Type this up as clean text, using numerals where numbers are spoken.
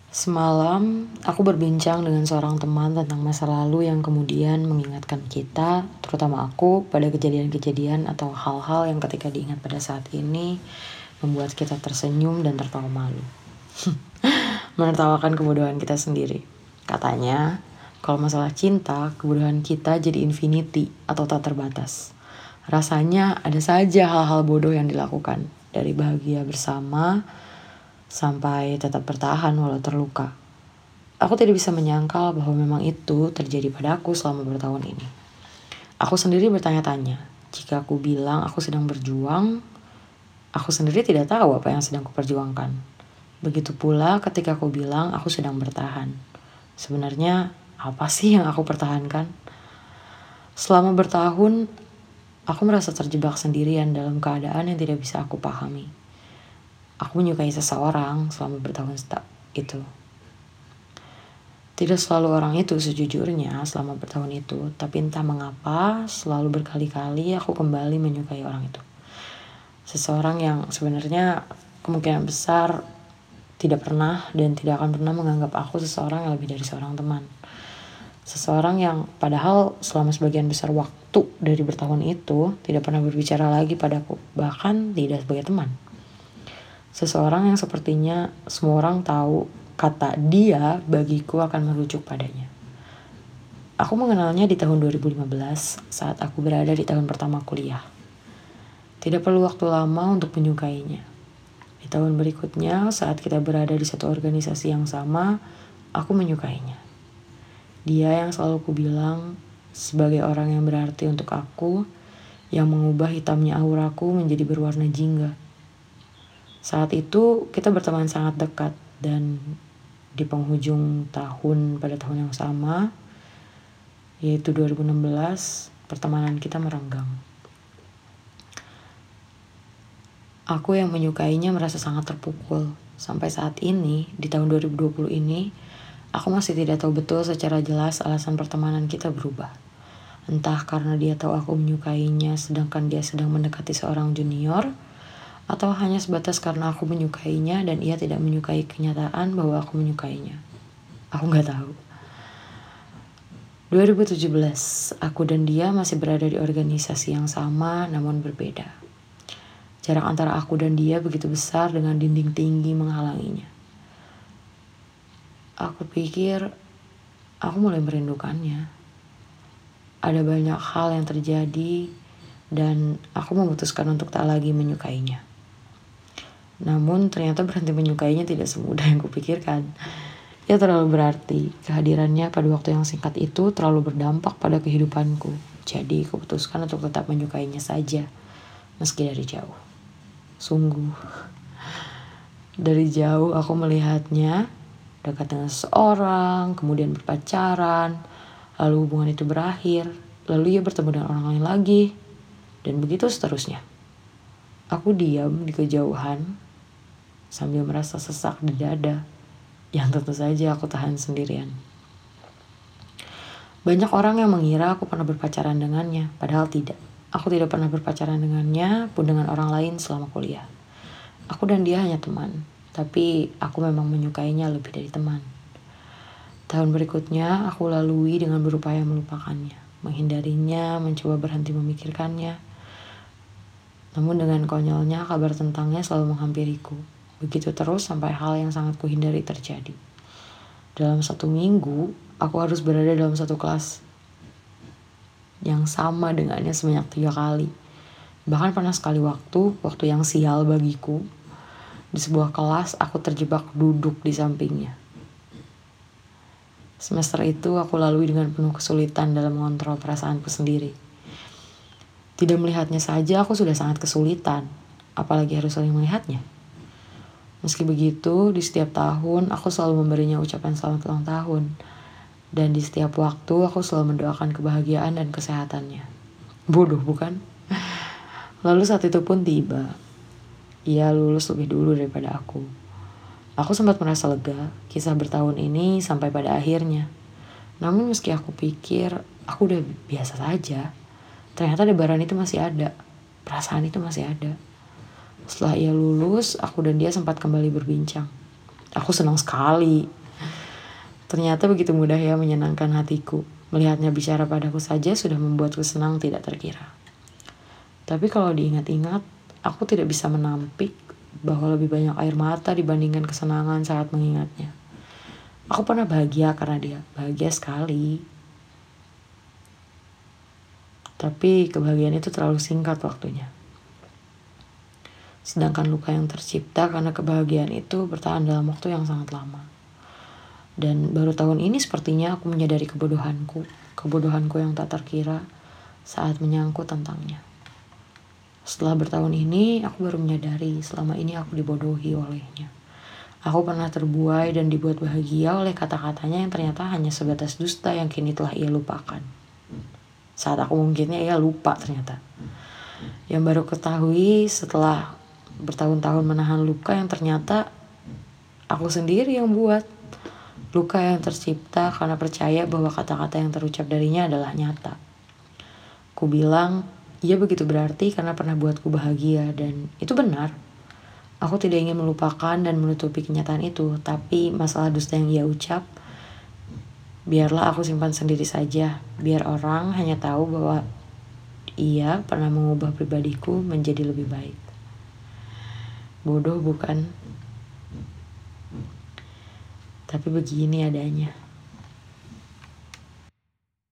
Semalam, aku berbincang dengan seorang teman tentang masa lalu yang kemudian mengingatkan kita, terutama aku, pada kejadian-kejadian atau hal-hal yang ketika diingat pada saat ini membuat kita tersenyum dan tertawa malu. Menertawakan kebodohan kita sendiri. Katanya, kalau masalah cinta, kebodohan kita jadi infinity atau tak terbatas. Rasanya ada saja hal-hal bodoh yang dilakukan, dari bahagia bersama sampai tetap bertahan walau terluka. Aku tidak bisa menyangkal bahwa memang itu terjadi padaku selama bertahun ini. Aku sendiri bertanya-tanya, jika aku bilang aku sedang berjuang, aku sendiri tidak tahu apa yang sedang kuperjuangkan. Begitu pula ketika aku bilang aku sedang bertahan. Sebenarnya apa sih yang aku pertahankan? Selama bertahun, aku merasa terjebak sendirian dalam keadaan yang tidak bisa aku pahami. Aku menyukai seseorang selama bertahun itu. Tidak selalu orang itu sejujurnya selama bertahun itu, tapi entah mengapa selalu berkali-kali aku kembali menyukai orang itu. Seseorang yang sebenarnya kemungkinan besar tidak pernah dan tidak akan pernah menganggap aku seseorang yang lebih dari seorang teman. Seseorang yang padahal selama sebagian besar waktu dari bertahun itu tidak pernah berbicara lagi padaku, bahkan tidak sebagai teman. Seseorang yang sepertinya semua orang tahu kata dia bagiku akan merujuk padanya. Aku mengenalnya di tahun 2015 saat aku berada di tahun pertama kuliah. Tidak perlu waktu lama untuk menyukainya. Di tahun berikutnya saat kita berada di satu organisasi yang sama, aku menyukainya. Dia yang selalu kubilang sebagai orang yang berarti untuk aku, yang mengubah hitamnya auraku menjadi berwarna jingga. Saat itu kita berteman sangat dekat dan di penghujung tahun pada tahun yang sama, yaitu 2016, pertemanan kita merenggang. Aku yang menyukainya merasa sangat terpukul. Sampai saat ini, di tahun 2020 ini, aku masih tidak tahu betul secara jelas alasan pertemanan kita berubah. Entah karena dia tahu aku menyukainya sedangkan dia sedang mendekati seorang junior, atau hanya sebatas karena aku menyukainya dan ia tidak menyukai kenyataan bahwa aku menyukainya. Aku gak tahu. 2017, aku dan dia masih berada di organisasi yang sama namun berbeda. Jarak antara aku dan dia begitu besar dengan dinding tinggi menghalanginya. Aku pikir aku mulai merindukannya. Ada banyak hal yang terjadi dan aku memutuskan untuk tak lagi menyukainya. Namun ternyata berhenti menyukainya tidak semudah yang kupikirkan. Ia terlalu berarti. Kehadirannya pada waktu yang singkat itu terlalu berdampak pada kehidupanku. Jadi kuputuskan untuk tetap menyukainya saja, meski dari jauh. Sungguh. Dari jauh aku melihatnya dekat dengan seseorang, kemudian berpacaran, lalu hubungan itu berakhir, lalu ia bertemu dengan orang lain lagi, dan begitu seterusnya. Aku diam di kejauhan sambil merasa sesak di dada yang tentu saja aku tahan sendirian. Banyak orang yang mengira aku pernah berpacaran dengannya, padahal tidak. Aku tidak pernah berpacaran dengannya pun dengan orang lain selama kuliah. Aku dan dia hanya teman, tapi aku memang menyukainya lebih dari teman. Tahun berikutnya aku lalui dengan berupaya melupakannya, menghindarinya, mencoba berhenti memikirkannya. Namun dengan konyolnya kabar tentangnya selalu menghampiriku. Begitu terus sampai hal yang sangat kuhindari terjadi. Dalam 1 minggu, aku harus berada dalam satu kelas yang sama dengannya sebanyak 3 kali. Bahkan pernah sekali waktu yang sial bagiku. Di sebuah kelas aku terjebak duduk di sampingnya. Semester itu aku lalui dengan penuh kesulitan dalam mengontrol perasaanku sendiri. Tidak melihatnya saja aku sudah sangat kesulitan, apalagi harus saling melihatnya. Meski begitu, di setiap tahun aku selalu memberinya ucapan selamat ulang tahun. Dan di setiap waktu aku selalu mendoakan kebahagiaan dan kesehatannya. Bodoh bukan? Lalu saat itu pun tiba. Ia lulus lebih dulu daripada aku. Aku sempat merasa lega kisah bertahun ini sampai pada akhirnya. Namun meski aku pikir aku udah biasa saja, ternyata debaran itu masih ada. Perasaan itu masih ada. Setelah ia lulus, aku dan dia sempat kembali berbincang. Aku senang sekali Ternyata begitu mudah ya menyenangkan hatiku. Melihatnya bicara padaku saja sudah membuatku senang tidak terkira. Tapi kalau diingat-ingat, aku tidak bisa menampik bahwa lebih banyak air mata dibandingkan kesenangan saat mengingatnya. Aku pernah bahagia karena dia, bahagia sekali. Tapi kebahagiaan itu terlalu singkat waktunya. Sedangkan luka yang tercipta karena kebahagiaan itu bertahan dalam waktu yang sangat lama. Dan baru tahun ini sepertinya aku menyadari kebodohanku yang tak terkira saat menyangkut tentangnya. Setelah bertahun ini, aku baru menyadari selama ini aku dibodohi olehnya. Aku pernah terbuai dan dibuat bahagia oleh kata-katanya yang ternyata hanya sebatas dusta yang kini telah ia lupakan. Saat aku mungkinnya ia lupa ternyata. Yang baru ketahui setelah bertahun-tahun menahan luka yang ternyata aku sendiri yang buat. Luka yang tercipta karena percaya bahwa kata-kata yang terucap darinya adalah nyata. Ku bilang, ia begitu berarti karena pernah buatku bahagia dan itu benar. Aku tidak ingin melupakan dan menutupi kenyataan itu, tapi masalah dusta yang ia ucap, biarlah aku simpan sendiri saja. Biar orang hanya tahu bahwa ia pernah mengubah pribadiku menjadi lebih baik. Bodoh bukan? Tapi begini adanya.